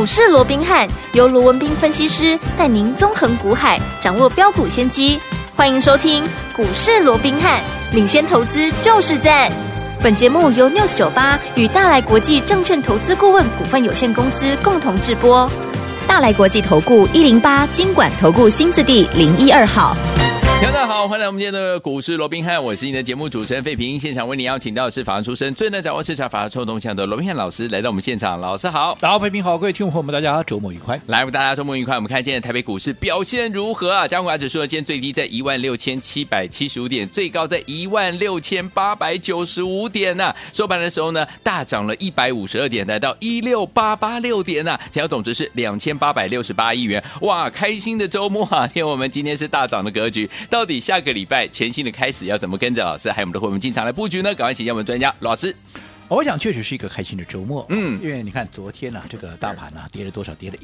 市罗宾汉由罗文彬分析师带您纵横股海，掌握标股先机。欢迎收听股市罗宾汉，领先投资就是赞。本节目由 News98 与大来国际证券投资顾问股份有限公司共同制播。大来国际投顾108金管投顾新字第012号。 大家好，欢迎来我们今天的股市罗宾汉，我是你的节目主持人费平。现场为你邀请到的是法律出身、最能掌握市场法律臭动向的罗宾汉老师来到我们现场。老师好。 大家好，费平好，各位听众朋友们，大家周末愉快。 来，大家周末愉快。我们看今天的台北股市表现如何啊？加权指数今天最低在16775点，最高在16895点啊。收盘的时候呢，大涨了152点，来到16886点啊。成交总值是2868亿元。哇，开心的周末啊！因为我们今天是大涨的格局。到底下个礼拜全新的开始要怎么跟着老师还有我们的会员进场来布局呢？赶快请教我们专家罗老师。 我想确实是一个开心的周末，因为你看昨天这个大盘跌了多少？跌了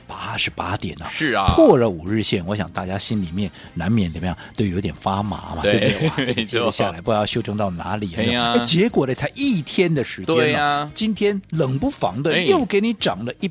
188点是啊， 破了5日线。我想大家心里面难免怎么样，都有点发麻嘛，对不对？哇，这个接着下来不知道修正到哪里。结果呢，才一天的时间， 对啊， 今天冷不防的又给你涨了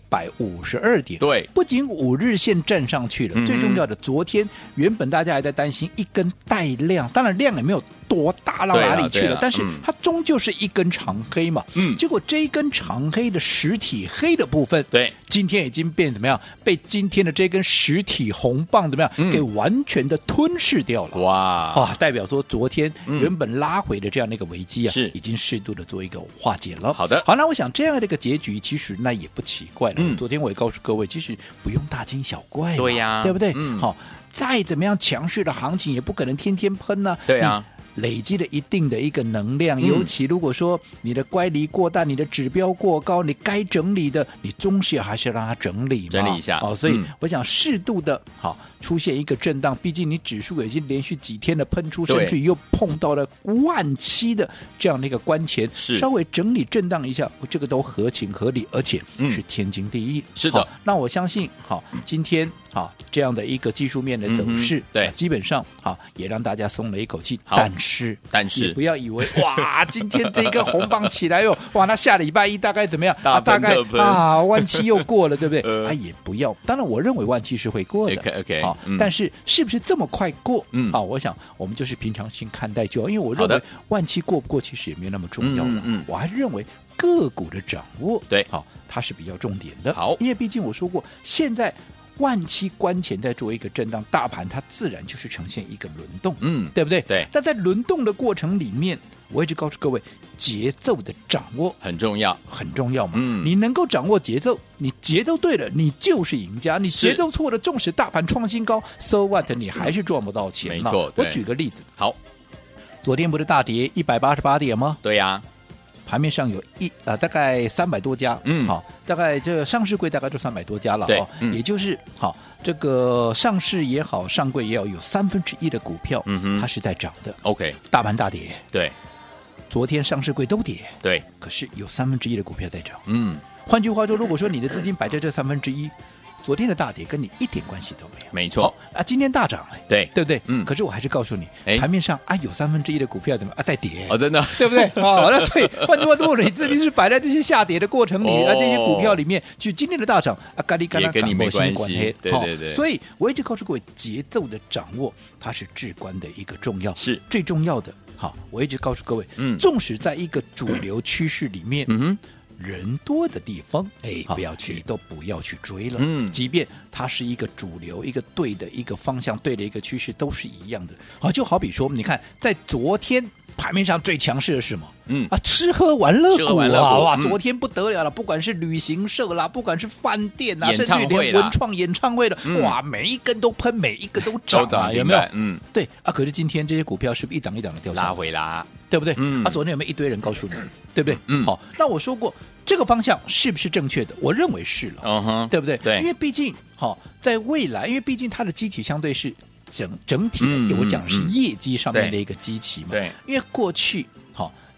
152点， 对， 不仅5日线站上去了，最重要的，昨天原本大家还在担心一根带量，当然量也没有多大到哪里去了，但是它终究是一根长黑嘛，结果这一根长黑的实体黑的部分， 对， 今天已经变怎么样？被今天的这根实体红棒怎么样？给完全的吞噬掉了。哇，代表说昨天原本拉回的这样的一个危机啊，已经适度的做一个化解了。 好的， 好，那我想这样的一个结局，其实那也不奇怪了。昨天我也告诉各位，其实不用大惊小怪， 对呀， 对不对？好，再怎么样强势的行情，也不可能天天喷啊。 对啊。 累积了一定的一个能量，尤其如果说你的乖离过大，你的指标过高，你该整理的，你终须还是让它整理一下。 所以我想适度的出现一个震荡，毕竟你指数已经连续几天的喷出，甚至又碰到了17000的这样的一个关前，稍微整理震荡一下，这个都合情合理，而且是天经地义。 是的， 那我相信今天这样的一个技术面的走势， 对， 基本上也让大家松了一口气。但是你不要以为哇，今天这个红棒起来哇，那下礼拜一大概怎么样？大概17000又过了，对不对？也不要。当然，我认为17000是会过的。 OK， 但是是不是这么快过？我想我们就是平常心看待就好，因为我认为17000过不过其实也没有那么重要了。我还是认为个股的掌握， 对， 它是比较重点的。 好， 因为毕竟我说过，现在17000关前在做一个震荡，大盘它自然就是呈现一个轮动，对不对？ 对。 但在轮动的过程里面，我一直告诉各位，节奏的掌握很重要， 很重要嘛。你能够掌握节奏，你节奏对了，你就是赢家；你节奏错了，纵使大盘创新高 ，so what， 你还是赚不到钱嘛。 没错。 我举个例子， 好， 昨天不是大跌188点吗？ 对呀。 盘面上有大概300多家，大概这个上市柜大概就300多家了，也就是这个上市也好，上柜也好，有1/3的股票，它是在涨的。 OK， 大盘大跌， 对， 昨天上市柜都跌， 对， 可是有1/3的股票在涨。换句话说，如果说你的资金摆在这1/3。昨天的大跌跟你一点关系都没有， 没错今天大涨， 对不对？可是我还是告诉你，盘面上有1/3的股票怎么在跌？ 真的， 对不对？那所以换句话说，你最近是摆在这些下跌的过程里，这些股票里面，就今天的大涨也跟你没关系，对。 所以我一直告诉各位，节奏的掌握它是至关的一个重要， 是最重要的。我一直告诉各位，纵使在一个主流趋势里面，人多的地方，不要去，你都不要去追了。即便它是一个主流、一个对的一个方向、对的一个趋势，都是一样的。就好比说，你看，在昨天盘面上最强势的是什么？吃喝玩乐股啊！哇，昨天不得了了，不管是旅行社啦，不管是饭店啦，甚至连文创演唱会的，哇，每一根都喷，每一个都涨啊，有没有？对可是今天这些股票是不是一档一档的掉下来， 拉回啦？ 对不对？昨天有没有一堆人告诉你，对不对？好，那我说过这个方向是不是正确的？我认为是了，对不对？ 对， 因为毕竟在未来，因为毕竟它的基期相对是整体的，我讲是业绩上面的一个基期嘛。 对， 因为过去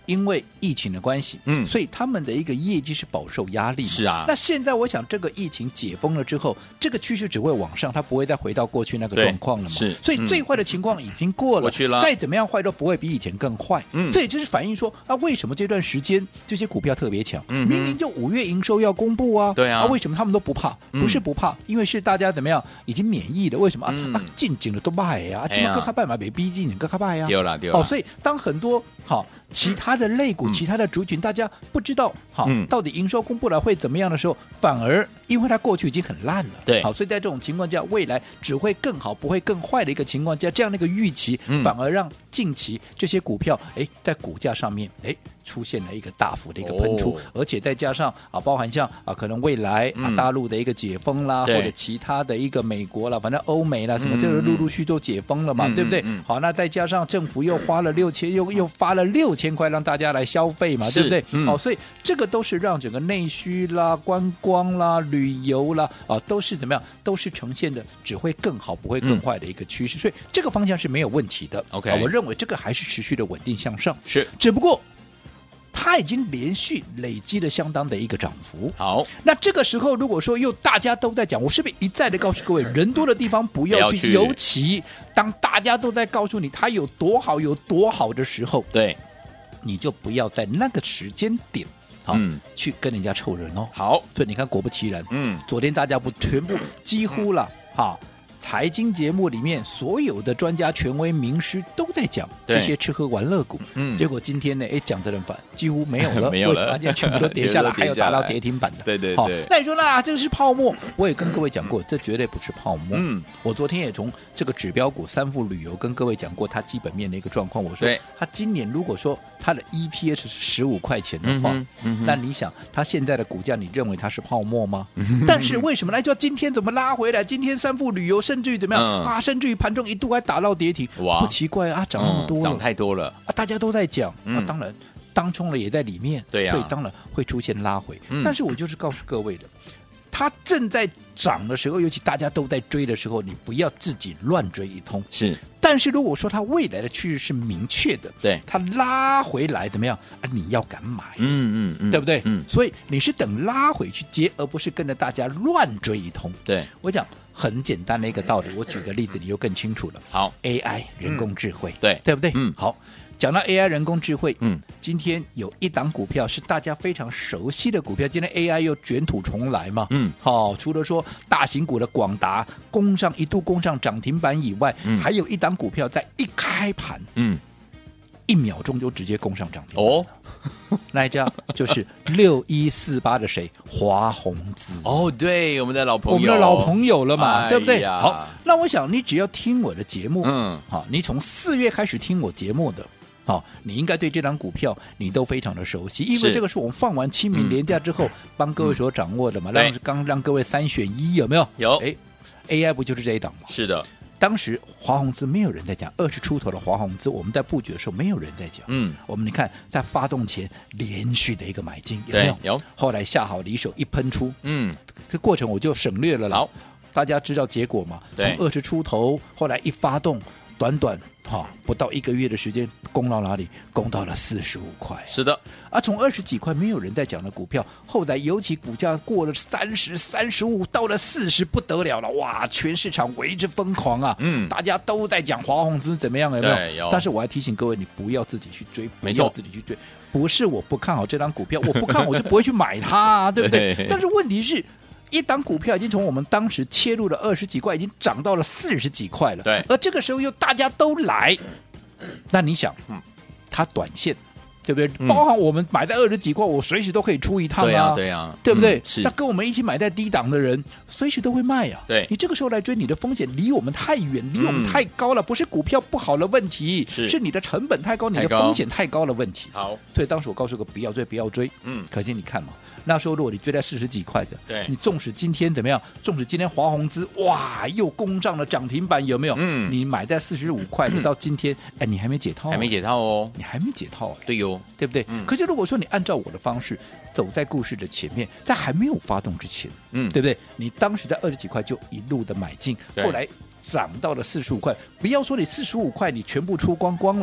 因为疫情的关系，所以他们的一个业绩是饱受压力。 是啊， 那现在我想这个疫情解封了之后，这个趋势只会往上，它不会再回到过去那个状况了嘛。 是， 所以最坏的情况已经过去了， 再怎么样坏都不会比以前更坏。这也就是反映说啊，为什么这段时间这些股票特别强？明明就5月营收要公布啊， 对啊， 为什么他们都不怕？不是不怕，因为是大家怎么样已经免疫了。为什么啊？进景了都卖呀，怎么各开半买没逼近你各开败呀？ 对了。 所以当很多其他的类股、其他的族群，大家不知道到底营收公布了会怎么样的时候，反而因为它过去已经很烂了， 对， 所以在这种情况下，未来只会更好，不会更坏的一个情况下，这样的一个预期，反而让近期这些股票在股价上面出现了一个大幅的一个喷出，而且再加上包含像可能未来大陆的一个解封啦，或者其他的一个美国啦，反正欧美啦什么，这个陆续都解封了嘛，对不对？好，那再加上政府又花了6000，又发了6000块让大家来消费嘛，对不对？所以这个都是让整个内需啦、观光啦、旅游啦都是怎么样？都是呈现的只会更好，不会更坏的一个趋势，所以这个方向是没有问题的。 OK， 我认为这个还是持续的稳定向上， 是， 只不过它已经连续累积了相当的一个涨幅。 好， 那这个时候如果说又大家都在讲，我是不是一再的告诉各位，人多的地方不要去，尤其当大家都在告诉你它有多好有多好的时候， 对， 你就不要在那个时间点去跟人家凑热闹。 好， 所以你看果不其然，昨天大家不全部几乎了财经节目里面所有的专家、权威、名师都在讲这些吃喝玩乐股，结果今天呢，讲的人反几乎没有了， 没有了， 今天全部都跌下来，还有达到跌停板的， 对。 那你说这个是泡沫？我也跟各位讲过，这绝对不是泡沫。我昨天也从这个指标股三富旅游跟各位讲过它基本面的一个状况。我说，它今年如果说它的 EPS 是15块钱的话，那你想它现在的股价，你认为它是泡沫吗？但是为什么就今天怎么拉回来？今天三富旅游甚至于怎么样甚至于盘中一度还打到跌停，不奇怪涨那么多了， 涨太多了大家都在讲当然当冲了也在里面， 对所以当然会出现拉回。但是我就是告诉各位的，它正在涨的时候，尤其大家都在追的时候，你不要自己乱追一通。 是， 但是如果说它未来的趋势是明确的， 对， 它拉回来怎么样你要敢买，对不对？所以你是等拉回去接，而不是跟着大家乱追一通。 对， 我讲很简单的一个道理，我举个例子你就更清楚了。 好 ，AI 人工智慧， 对不对？好。讲到 AI 人工智慧，今天有一档股票是大家非常熟悉的股票，今天 AI 又卷土重来嘛，除了说大型股的广达一度攻上涨停板以外，还有一档股票在一开盘，1秒钟就直接攻上涨停板那一家就是6148的谁？华宏资对，我们的老朋友了嘛，对不对？ 好， 那我想你只要听我的节目，你从4月开始听我节目的。你应该对这张股票你都非常的熟悉，因为这个是我们放完清明连假之后帮各位所掌握的嘛，让各位3选1，有没有？ 有。 AI 不就是这一档吗？ 是的。 当时华宏资没有人在讲，20出头的华宏资，我们在布局的时候没有人在讲。我们你看在发动前连续的一个买进，有没有？ 有。 后来下好离手一喷出，这过程我就省略了啦。好，大家知道结果嘛？从20出头，后来一发动。短不到1个月的时间，攻到哪里？攻到了45块。 是的， 从20几块没有人在讲的股票，后来尤其股价过了30、35，到了40，不得了了！哇，全市场为之疯狂啊！大家都在讲华宏资怎么样，有没有？但是我还提醒各位，你不要自己去追，不要自己去追。不是我不看好这张股票，我不看好我就不会去买它，对不对？但是问题是。一档股票已经从我们当时切入了20几块，已经涨到了40几块了。 对， 而这个时候又大家都来，那你想，它短线，对不对？包含我们买在20几块，我随时都可以出一趟对啊， 对不对？ 是。 那跟我们一起买在低档的人，随时都会卖啊。 对， 你这个时候来追，你的风险离我们太远，离我们太高了，不是股票不好的问题，是你的成本太高，你的风险太高的问题。 好， 所以当时我告诉个不要追，不要追。可是你看嘛。那时候如果你追在40几块的， 对， 你纵使今天怎么样，纵使今天华宏资哇又攻上了涨停板，有没有？你买在45块的，到今天你还没解套， 还没解套哦， 你还没解套， 对哟， 对不对？可是如果说你按照我的方式走在故事的前面，在还没有发动之前，对不对？你当时在20几块就一路的买进，后来涨到了45块，不要说你45块你全部出光光了。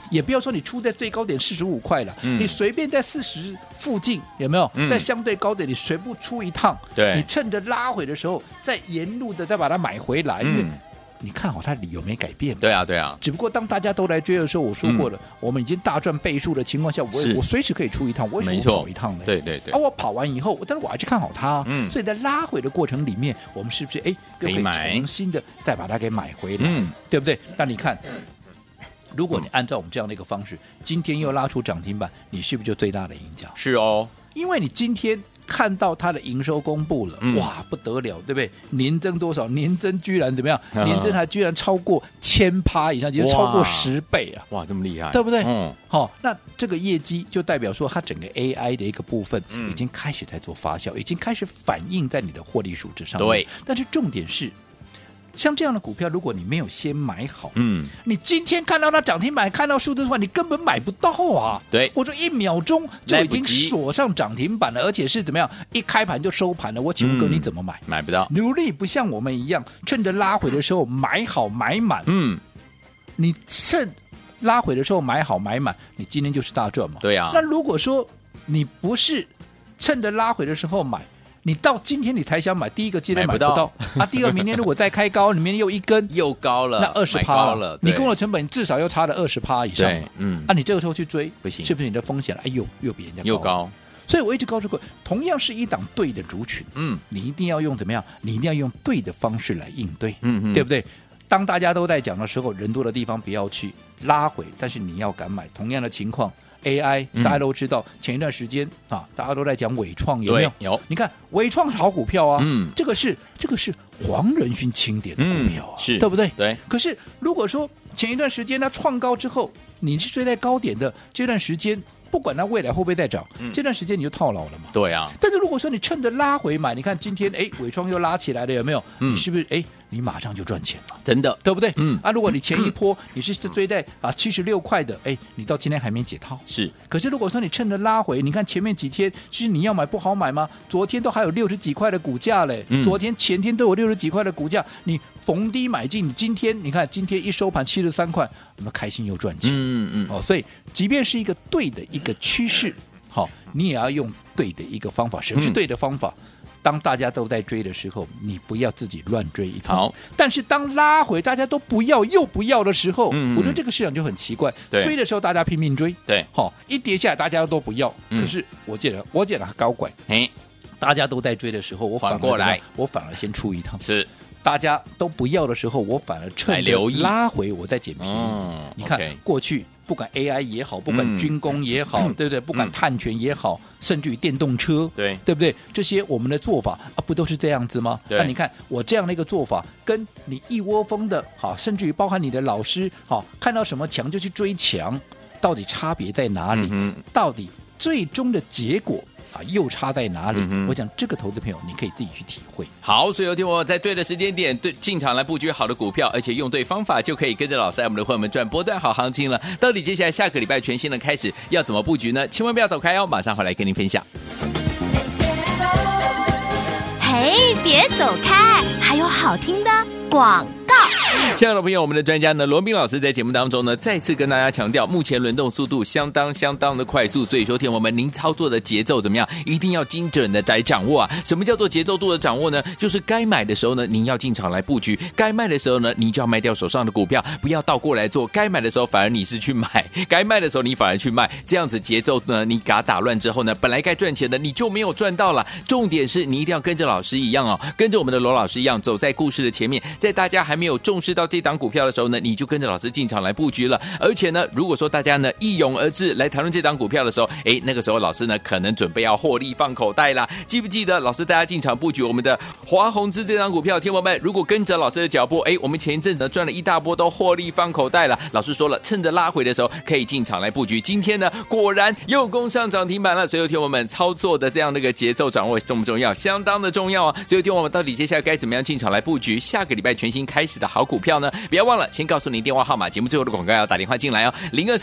也不要说你出在最高点45块了，你随便在40附近有没有？在相对高点你随便出一趟， 对， 你趁着拉回的时候再沿路的再把它买回来，因为你看好它理由没改变， 对啊对啊。 只不过当大家都来追的时候，我说过了，我们已经大赚倍数的情况下，我随时可以出一趟，我为什么不跑一趟呢？ 对对对。 我跑完以后，但是我还是看好它，所以在拉回的过程里面，我们是不是可以重新的再把它给买回来，对不对？那你看。如果你按照我们这样的一个方式，今天又拉出涨停板，你是不是就最大的赢家？ 是哦， 因为你今天看到它的营收公布了，哇，不得了，对不对？年增多少？年增居然怎么样？年增还居然超过1000%以上，就是超过10倍啊！ 哇，这么厉害， 对不对？好，那这个业绩就代表说，它整个 AI 的一个部分已经开始在做发酵，已经开始反映在你的获利数值上面。 对， 但是重点是。像这样的股票，如果你没有先买好，你今天看到它涨停板，看到数字的话，你根本买不到啊！ 对， 我说1秒钟就已经锁上涨停板了，而且是怎么样？一开盘就收盘了。我请问哥，你怎么买？ 买不到。 努力不像我们一样，趁着拉回的时候买好买满。你趁拉回的时候买好买满，你今天就是大赚嘛。 对啊。 那如果说你不是趁着拉回的时候买，你到今天你才想买，第一个阶段买不到啊，第二明天如果再开高，里面又一根又高了， 那20%了，你跟我的成本至少要差了20%以上，对，你这个时候去追不行， 是不是你的风险又比人家又高？ 所以我一直告诉各位，同样是一档对的族群，你一定要用怎么样？你一定要用对的方式来应对，对不对？当大家都在讲的时候，人多的地方不要去拉回，但是你要敢买。同样的情况。AI 大家都知道，前一段时间大家都在讲伟创，有没有？ 有。 你看伟创好股票啊，这个是黄仁勋钦点的股票啊， 是对不对？ 对。 可是如果说前一段时间它创高之后，你是追在高点的这段时间，不管它未来会不会再涨，这段时间你就套牢了嘛。 对啊。 但是如果说你趁着拉回买，你看今天伟创又拉起来了，有没有？你是不是你马上就赚钱了？ 真的， 对不对？如果你前一波你是追在76块的，你到今天还没解套。 是。 可是如果说你趁着拉回，你看前面几天，其实你要买不好买吗？昨天都还有60几块的股价嘞，昨天前天都有60几块的股价，你逢低买进，你今天你看今天一收盘73块，那么开心又赚钱。所以即便是一个对的一个趋势，你也要用对的一个方法。什么是对的方法？当大家都在追的时候，你不要自己乱追一通。好，但是当拉回大家都不要又不要的时候，我觉得这个市场就很奇怪。追的时候大家拼命追， 对， 一跌下来大家都不要。可是我见了高拐，大家都在追的时候，我反而先出一趟。 是。 大家都不要的时候，我反而趁着拉回，我再捡便宜。你看过去不管 AI 也好，不管军工也好，对不对？不管碳权也好，甚至于电动车，对不对？这些我们的做法不都是这样子吗？那你看我这样的一个做法，跟你一窝蜂的甚至于包含你的老师看到什么强就去追强，到底差别在哪里？到底最终的结果又差在哪里？我讲这个投资朋友，你可以自己去体会。 好，所以有听我在对的时间点进场来布局好的股票，而且用对方法，就可以跟着老师我们的会员们赚波段好行情了。到底接下来下个礼拜全新的开始要怎么布局呢？千万不要走开哦，马上回来跟您分享。 嘿，别走开，还有好听的广告。 亲爱的朋友，我们的专家呢，罗宾老师在节目当中呢，再次跟大家强调，目前轮动速度相当的快速，所以说听我们您操作的节奏怎么样，一定要精准的来掌握啊。什么叫做节奏度的掌握呢？就是该买的时候呢，您要进场来布局；该卖的时候呢，您就要卖掉手上的股票，不要倒过来做。该买的时候反而你是去买，该卖的时候你反而去卖，这样子节奏呢，你给它打乱之后呢，本来该赚钱的你就没有赚到了。重点是你一定要跟着老师一样跟着我们的罗老师一样，走在故事的前面，在大家还没有重视到这档股票的时候呢，你就跟着老师进场来布局了。而且呢，如果说大家呢一涌而至来谈论这档股票的时候，那个时候老师呢可能准备要获利放口袋啦。记不记得老师大家进场布局我们的华宏资这档股票？听众们，如果跟着老师的脚步，我们前一阵子赚了一大波，都获利放口袋了。老师说了，趁着拉回的时候可以进场来布局。今天呢，果然又攻上涨停板了。所以听我们操作的这样的一个节奏掌握重不重要？相当的重要啊！所以听我们到底接下来该怎么样进场来布局下个礼拜全新开始的好股票？ 票呢？不要忘了先告诉您电话号码，节目最后的广告要打电话进来哦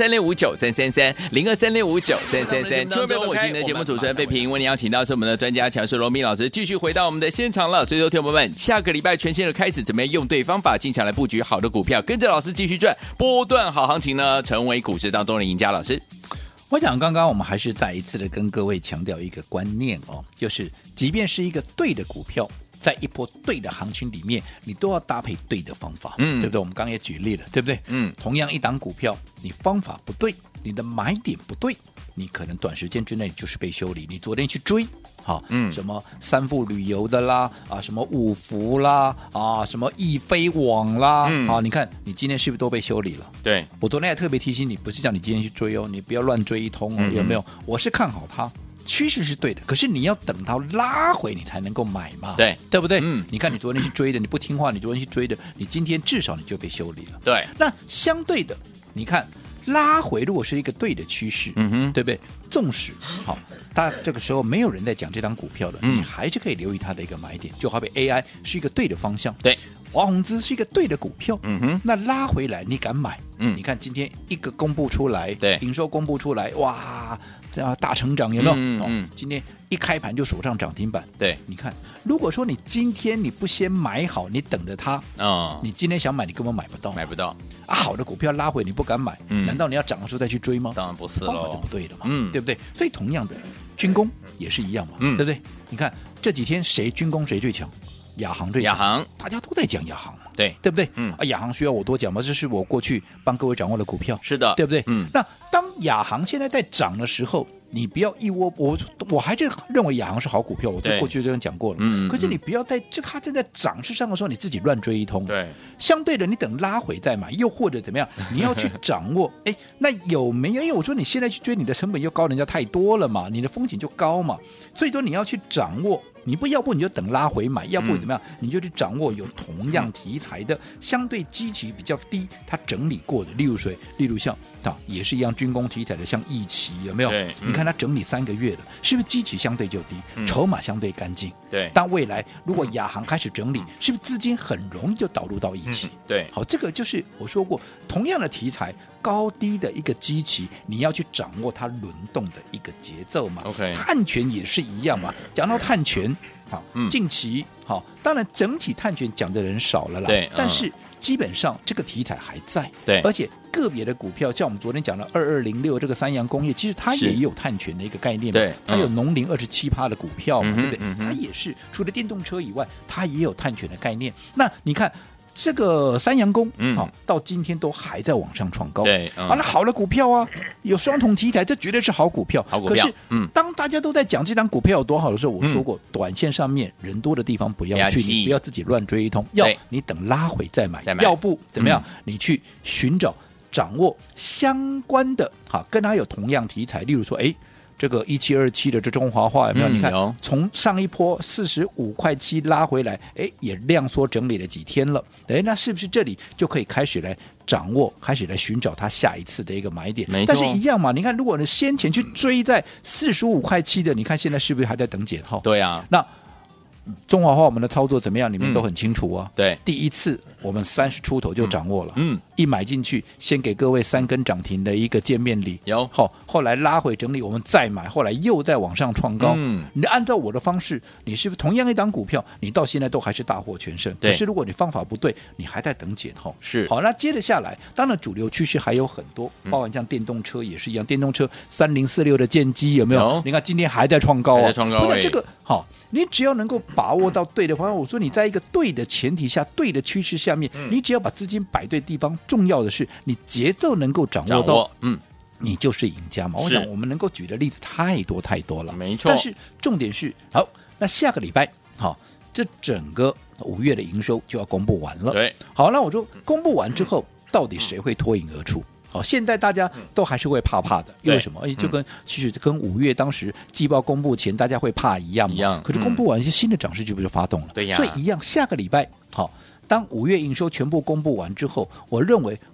，0236593333，0236593333。千万不要走开，的节目主持人费平为您邀请到是我们的专家强势罗宾老师，继续回到我们的现场了。所以说，听众朋友们，下个礼拜全新的开始，怎么样用对方法进场来布局好的股票，跟着老师继续赚波段好行情呢？成为股市当中的赢家。老师， 我想刚刚我们还是再一次的跟各位强调一个观念哦，就是即便是一个对的股票，在一波对的行情里面，你都要搭配对的方法，对不对？我们刚刚也举例了，对不对？同样一档股票，你方法不对，你的买点不对，你可能短时间之内就是被修理。你昨天去追，好，什么三富旅游的啦，什么五福啦，什么易飞网啦，你看你今天是不是都被修理了？ 对， 我昨天还特别提醒你，不是叫你今天去追哦，你不要乱追一通哦，有没有？我是看好它。趋势是对的，可是你要等到拉回你才能够买嘛，对不对？你看你昨天去追的，你不听话，你昨天去追的，你今天至少你就被修理了。 对， 那相对的，你看拉回如果是一个对的趋势，对不对？纵使好，它这个时候没有人在讲这张股票了，你还是可以留意它的一个买点，就好比 AI 是一个对的方向， 对， 华宏资是一个对的股票，那拉回来你敢买？你看今天一个公布出来， 对， 营收公布出来，哇！大成长有没有？今天一开盘就锁上涨停板。 对， 你看，如果说你今天你不先买好，你等着它，你今天想买，你根本买不到，好的股票拉回你不敢买，难道你要涨的时候再去追吗？ 当然不是喽， 方法就不对了嘛，对不对？所以同样的，军工也是一样嘛，对不对？你看这几天谁军工谁最强？亚航最强，大家都在讲亚航嘛， 对不对？亚航需要我多讲吗？这是我过去帮各位掌握的股票， 是的， 对不对？那当亚航现在在涨的时候，你不要一窝，我还是认为亚航是好股票，我过去都讲过了。可是你不要在它正在涨势上的时候，你自己乱追一通。 对， 相对的，你等拉回再买，又或者怎么样，你要去掌握。那有没有？因为我说你现在去追，你的成本又高人家太多了嘛，你的风险就高嘛，所以说你要去掌握。你要不你就等拉回买，要不怎么样，你就去掌握有同样题材的，相对基期比较低，它整理过的，例如像也是一样军工题材的，像易奇有没有？你看它整理3个月了，是不是基期相对就低，筹码相对干净？ 对。 但未来如果亚航开始整理，是不是资金很容易就导入到易奇？ 对。 好，这个就是我说过，同样的题材，高低的一个基期，你要去掌握它轮动的一个节奏嘛。 OK。 碳权也是一样嘛。讲到碳权。好，近期好，当然整体碳权讲的人少了啦， 对， 但是基本上这个题材还在， 对， 而且个别的股票，像我们昨天讲的2206这个三洋工业，其实它也有碳权的一个概念嘛， 对， 它有农林27%的股票嘛，对不对？它也是除了电动车以外，它也有碳权的概念。那你看。这个三洋工到今天都还在往上创高， 对， 那好的股票啊，有双重题材，这绝对是好股票。 可是， 当大家都在讲这张股票有多好的时候，我说过，短线上面人多的地方不要去，你不要自己乱追一通，要你等拉回再买，要不怎么样？你去寻找掌握相关的，跟它有同样题材，例如说，这个1727的这中华化有没有？你看从上一波45.7块拉回来，也量缩整理了几天了，那是不是这里就可以开始来掌握，开始来寻找它下一次的一个买点？但是一样嘛，你看如果你先前去追在45.7块的，你看现在是不是还在等解套？ 对啊， 那中华化我们的操作怎么样？你们都很清楚啊。 对， 第一次我们30出头就掌握了。一买进去，先给各位3根涨停的一个见面礼。 有， 后来拉回整理，我们再买，后来又在往上创高。你按照我的方式，你是不是同样一档股票，你到现在都还是大获全胜？可是如果你方法不对，你还在等解套。 是。 好，那接着下来，当然主流趋势还有很多，包含像电动车也是一样，电动车3046的剑基有没有？你看今天还在创高啊， 还在创高。 那这个好，你只要能够把握到对的方向，我说你在一个对的前提下，对的趋势下面，你只要把资金摆对地方，重要的是你节奏能够掌握到，你就是赢家嘛。我想我们能够举的例子太多太多了， 没错。 但是重点是，好，那下个礼拜，好，这整个5月的营收就要公布完了。 对， 好，那我说公布完之后，到底谁会脱颖而出？现在大家都还是会怕的，因为什么？就其实跟5月当时季报公布前大家会怕一样嘛。可是公布完一些新的涨势就发动了， 对呀。 所以一样，下个礼拜好。当5月营收全部公布完之后，我认为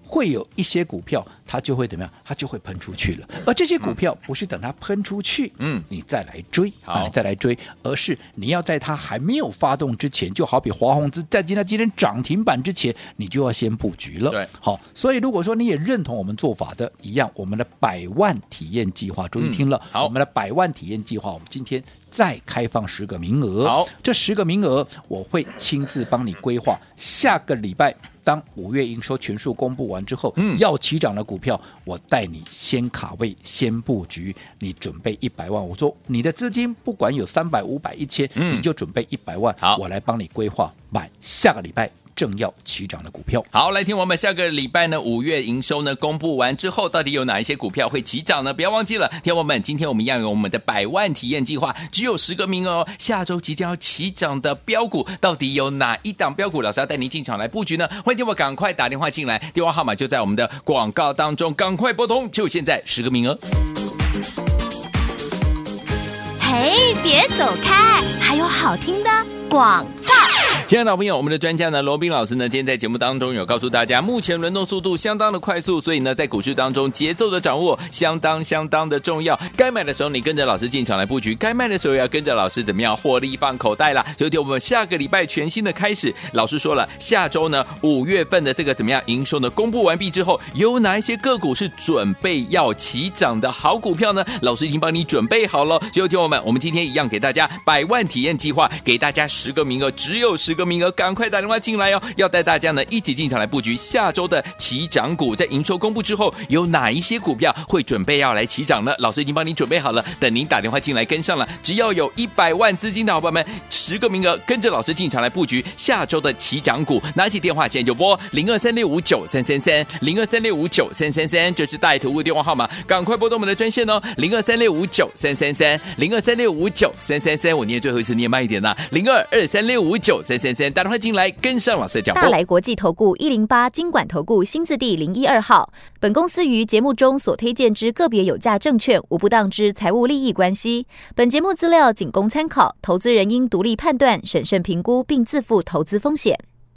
会有一些股票它就会怎么样？它就会喷出去了。而这些股票不是等它喷出去，你再来追，你再来追，而是你要在它还没有发动之前，就好比华宏资在今天涨停板之前，你就要先布局了。 对， 好，所以如果说你也认同我们做法的一样，我们的100万体验计划，注意听了，我们的100万体验计划，我们今天再开放10个名额。 好， 这10个名额我会亲自帮你规划，下个礼拜当5月营收全数公布完之后，要起涨的股票，我带你先卡位，先布局，你准备100万。我说你的资金不管有300、500、1000，你就准备100万，我来帮你规划买下个礼拜正要起涨的股票。 好，来听我们下个礼拜呢5月营收呢公布完之后，到底有哪一些股票会起涨呢？不要忘记了，听我们今天我们一样有我们的100万体验计划，只有10个名额哦。下周即将要起涨的标股，到底有哪一档标股？老师要带您进场来布局呢？欢迎听我赶快打电话进来，电话号码就在我们的广告当中，赶快拨通，就现在10个名额。 嘿，别走开，还有好听的广告。 亲爱的老朋友，我们的专家呢罗宾老师呢今天在节目当中有告诉大家，目前轮动速度相当的快速，所以呢在股市当中节奏的掌握相当的重要，该买的时候你跟着老师进场来布局，该卖的时候要跟着老师怎么样获利放口袋啦。所以我们下个礼拜全新的开始，老师说了，下周呢5月份的这个怎么样营收呢公布完毕之后，有哪一些个股是准备要起涨的好股票呢？老师已经帮你准备好了。所以听我们今天一样给大家100万体验计划，给大家10个名额，只有10个名额，赶快打电话进来哦！要带大家呢一起进场来布局下周的起涨股，在营收公布之后，有哪一些股票会准备要来起涨呢？老师已经帮您准备好了，等您打电话进来跟上了，只要有100万资金的伙伴们，10个名额，跟着老师进场来布局下周的起涨股。拿起电话现在就拨0236593330，0236593333，这是大图的电话号码，赶快拨动我们的专线哦，0236593330，0236593333，我念最后一次，念慢一点啦，0223659333，打电话进来跟上老师的脚步。 大来国际投顾108金管投顾新字第012号，本公司于节目中所推荐之个别有价证券无不当之财务利益关系，本节目资料仅供参考，投资人应独立判断、审慎评估并自负投资风险。